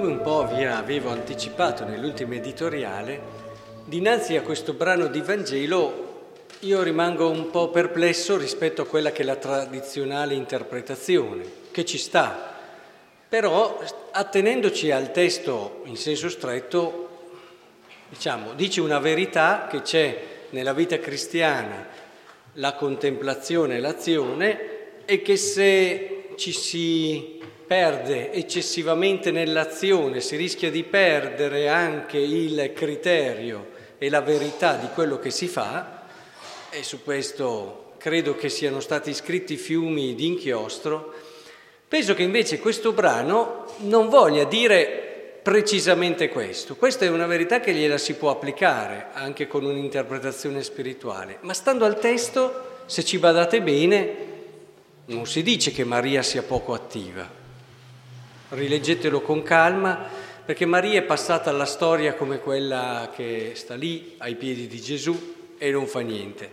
come un po' vi avevo anticipato nell'ultimo editoriale, dinanzi a questo brano di Vangelo io rimango un po' perplesso rispetto a quella che è la tradizionale interpretazione, che ci sta, però attenendoci al testo in senso stretto, dice una verità che c'è nella vita cristiana, la contemplazione e l'azione, e che se ci si perde eccessivamente nell'azione, si rischia di perdere anche il criterio e la verità di quello che si fa, e su questo credo che siano stati scritti fiumi di inchiostro. Penso che invece questo brano non voglia dire precisamente questo. Questa è una verità che gliela si può applicare anche con un'interpretazione spirituale, ma stando al testo, se ci badate bene, non si dice che Maria sia poco attiva. Rileggetelo con calma, perché Maria è passata alla storia come quella che sta lì ai piedi di Gesù e non fa niente.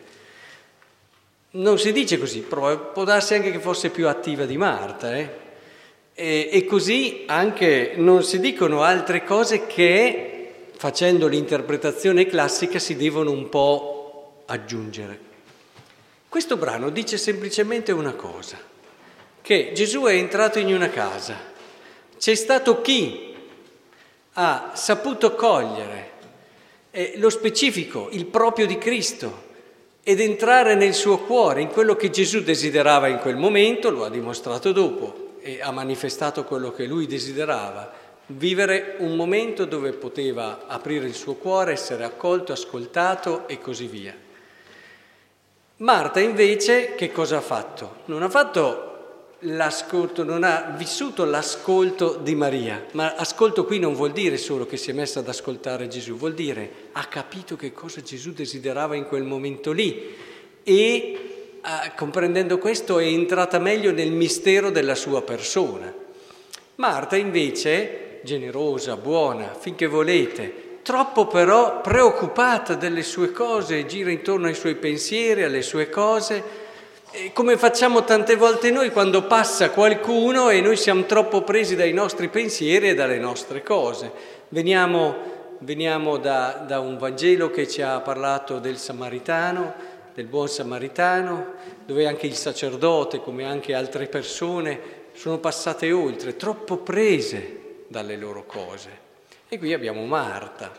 Non si dice così, però può darsi anche che fosse più attiva di Marta. E così anche non si dicono altre cose che, facendo l'interpretazione classica, si devono un po' aggiungere. Questo brano dice semplicemente una cosa, che Gesù è entrato in una casa. C'è stato chi ha saputo cogliere lo specifico, il proprio di Cristo, ed entrare nel suo cuore, in quello che Gesù desiderava in quel momento, lo ha dimostrato dopo e ha manifestato quello che lui desiderava, vivere un momento dove poteva aprire il suo cuore, essere accolto, ascoltato e così via. Marta invece che cosa ha fatto? Non ha fatto l'ascolto, non ha vissuto l'ascolto di Maria, ma ascolto qui non vuol dire solo che si è messa ad ascoltare Gesù, vuol dire ha capito che cosa Gesù desiderava in quel momento lì e comprendendo questo è entrata meglio nel mistero della sua persona. Marta invece, generosa, buona, finché volete, troppo però preoccupata delle sue cose, gira intorno ai suoi pensieri, alle sue cose, come facciamo tante volte noi quando passa qualcuno e noi siamo troppo presi dai nostri pensieri e dalle nostre cose. Veniamo da un Vangelo che ci ha parlato del Samaritano, del buon Samaritano, dove anche il sacerdote, come anche altre persone, sono passate oltre, troppo prese dalle loro cose. E qui abbiamo Marta.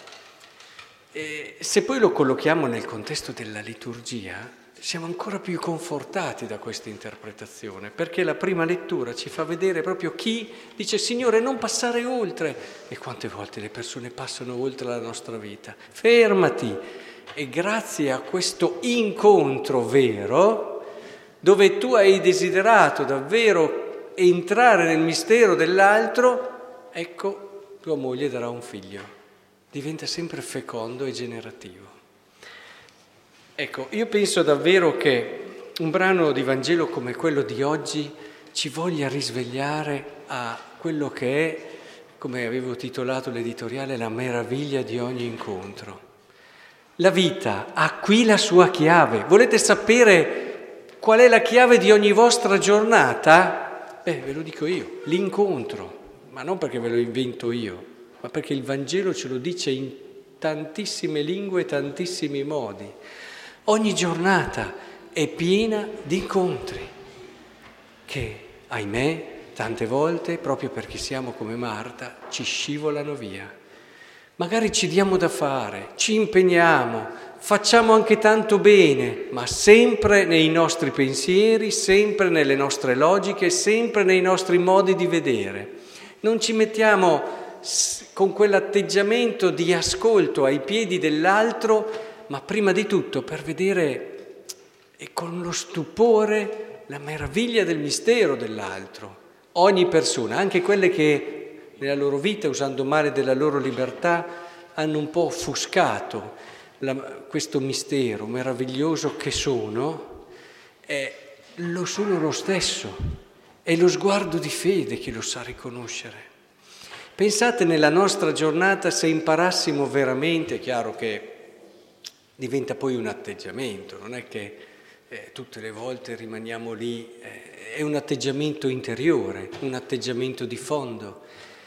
Se poi lo collochiamo nel contesto della liturgia, siamo ancora più confortati da questa interpretazione, perché la prima lettura ci fa vedere proprio chi dice Signore non passare oltre, e quante volte le persone passano oltre la nostra vita. Fermati, e grazie a questo incontro vero, dove tu hai desiderato davvero entrare nel mistero dell'altro, ecco tua moglie darà un figlio, diventa sempre fecondo e generativo. Ecco, io penso davvero che un brano di Vangelo come quello di oggi ci voglia risvegliare a quello che è, come avevo titolato l'editoriale, la meraviglia di ogni incontro. La vita ha qui la sua chiave. Volete sapere qual è la chiave di ogni vostra giornata? Ve lo dico io, l'incontro, ma non perché ve lo invento io, ma perché il Vangelo ce lo dice in tantissime lingue e tantissimi modi. Ogni giornata è piena di incontri che, ahimè, tante volte, proprio perché siamo come Marta, ci scivolano via. Magari ci diamo da fare, ci impegniamo, facciamo anche tanto bene, ma sempre nei nostri pensieri, sempre nelle nostre logiche, sempre nei nostri modi di vedere. Non ci mettiamo con quell'atteggiamento di ascolto ai piedi dell'altro, ma prima di tutto per vedere e con lo stupore la meraviglia del mistero dell'altro. Ogni persona, anche quelle che nella loro vita, usando male della loro libertà, hanno un po' offuscato questo mistero meraviglioso che sono, lo sono lo stesso. È lo sguardo di fede che lo sa riconoscere. Pensate nella nostra giornata se imparassimo veramente, è chiaro che diventa poi un atteggiamento, non è che tutte le volte rimaniamo lì, è un atteggiamento interiore, un atteggiamento di fondo,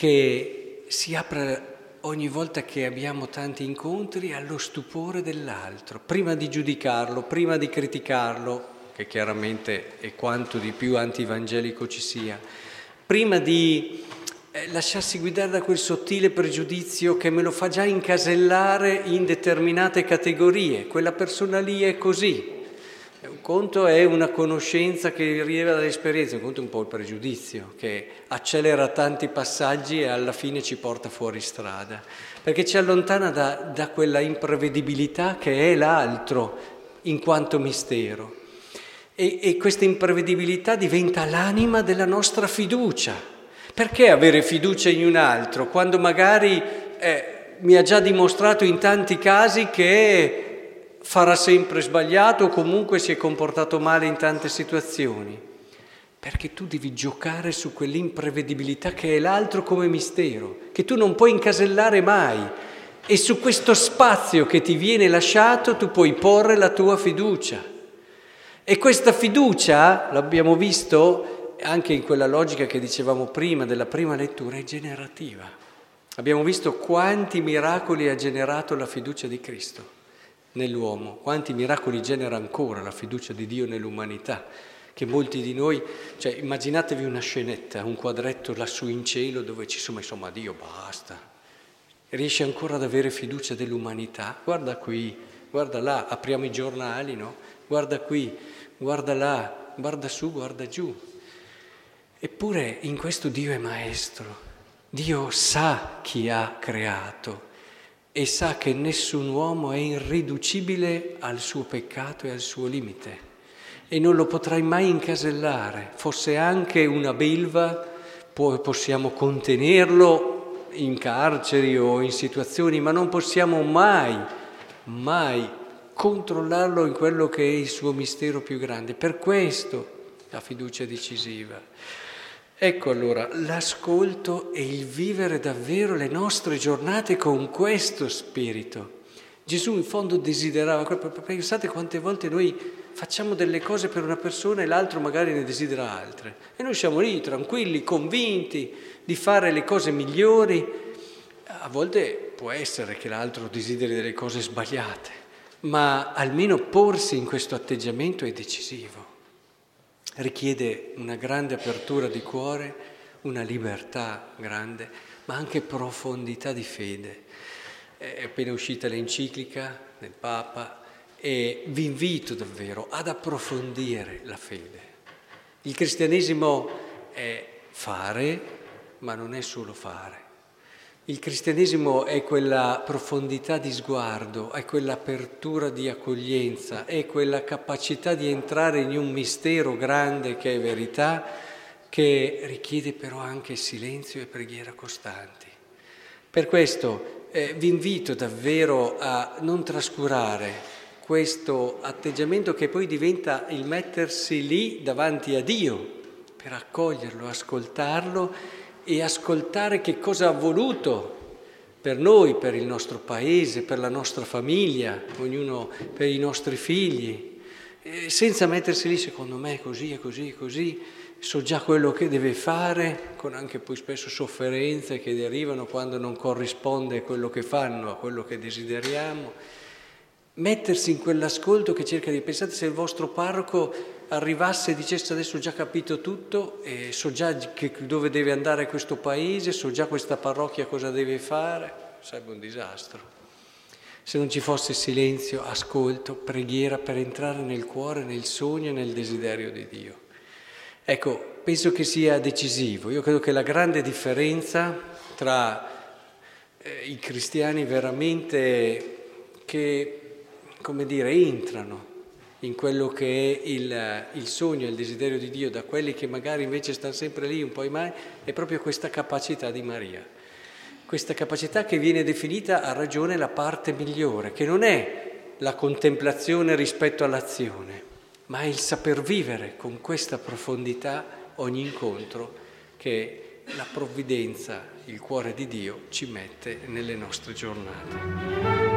che si apre ogni volta che abbiamo tanti incontri allo stupore dell'altro, prima di giudicarlo, prima di criticarlo, che chiaramente è quanto di più antivangelico ci sia, prima di lasciarsi guidare da quel sottile pregiudizio che me lo fa già incasellare in determinate categorie. Quella persona lì è così. Un conto è una conoscenza che rileva dall'esperienza, un conto è un po' il pregiudizio che accelera tanti passaggi e alla fine ci porta fuori strada, perché ci allontana da quella imprevedibilità che è l'altro in quanto mistero. E questa imprevedibilità diventa l'anima della nostra fiducia. Perché avere fiducia in un altro quando magari mi ha già dimostrato in tanti casi che farà sempre sbagliato o comunque si è comportato male in tante situazioni? Perché tu devi giocare su quell'imprevedibilità che è l'altro come mistero, che tu non puoi incasellare mai. E su questo spazio che ti viene lasciato tu puoi porre la tua fiducia. E questa fiducia, l'abbiamo visto anche in quella logica che dicevamo prima, della prima lettura, è generativa. Abbiamo visto quanti miracoli ha generato la fiducia di Cristo nell'uomo, quanti miracoli genera ancora la fiducia di Dio nell'umanità, che molti di noi, cioè immaginatevi una scenetta, un quadretto lassù in cielo dove ci sono, insomma, Dio basta, riesce ancora ad avere fiducia dell'umanità, guarda qui, guarda là, apriamo i giornali, no? Guarda qui, guarda là, guarda su, guarda giù. Eppure in questo Dio è maestro, Dio sa chi ha creato e sa che nessun uomo è irriducibile al suo peccato e al suo limite e non lo potrai mai incasellare. Fosse anche una belva, possiamo contenerlo in carceri o in situazioni, ma non possiamo mai controllarlo in quello che è il suo mistero più grande. Per questo la fiducia è decisiva. Ecco allora l'ascolto e il vivere davvero le nostre giornate con questo spirito. Gesù in fondo desiderava, pensate quante volte noi facciamo delle cose per una persona e l'altro magari ne desidera altre. E noi siamo lì tranquilli, convinti di fare le cose migliori. A volte può essere che l'altro desideri delle cose sbagliate, ma almeno porsi in questo atteggiamento è decisivo. Richiede una grande apertura di cuore, una libertà grande, ma anche profondità di fede. È appena uscita l'enciclica del Papa e vi invito davvero ad approfondire la fede. Il cristianesimo è fare, ma non è solo fare. Il cristianesimo è quella profondità di sguardo, è quell'apertura di accoglienza, è quella capacità di entrare in un mistero grande che è verità, che richiede però anche silenzio e preghiera costanti. Per questo vi invito davvero a non trascurare questo atteggiamento che poi diventa il mettersi lì davanti a Dio per accoglierlo, ascoltarlo e ascoltare che cosa ha voluto per noi, per il nostro paese, per la nostra famiglia, ognuno per i nostri figli, senza mettersi lì, secondo me è così, è così, è così, so già quello che deve fare, con anche poi spesso sofferenze che derivano quando non corrisponde quello che fanno a quello che desideriamo. Mettersi in quell'ascolto che cerca di pensare, se il vostro parroco arrivasse e dicesse adesso ho già capito tutto, e so già dove deve andare questo paese, so già questa parrocchia cosa deve fare, sarebbe un disastro. Se non ci fosse silenzio, ascolto, preghiera per entrare nel cuore, nel sogno e nel desiderio di Dio. Ecco, penso che sia decisivo. Io credo che la grande differenza tra i cristiani veramente che, come dire, entrano in quello che è il sogno e il desiderio di Dio, da quelli che magari invece stanno sempre lì un po' in mano, è proprio questa capacità di Maria. Questa capacità che viene definita a ragione la parte migliore, che non è la contemplazione rispetto all'azione, ma è il saper vivere con questa profondità ogni incontro che la provvidenza, il cuore di Dio ci mette nelle nostre giornate.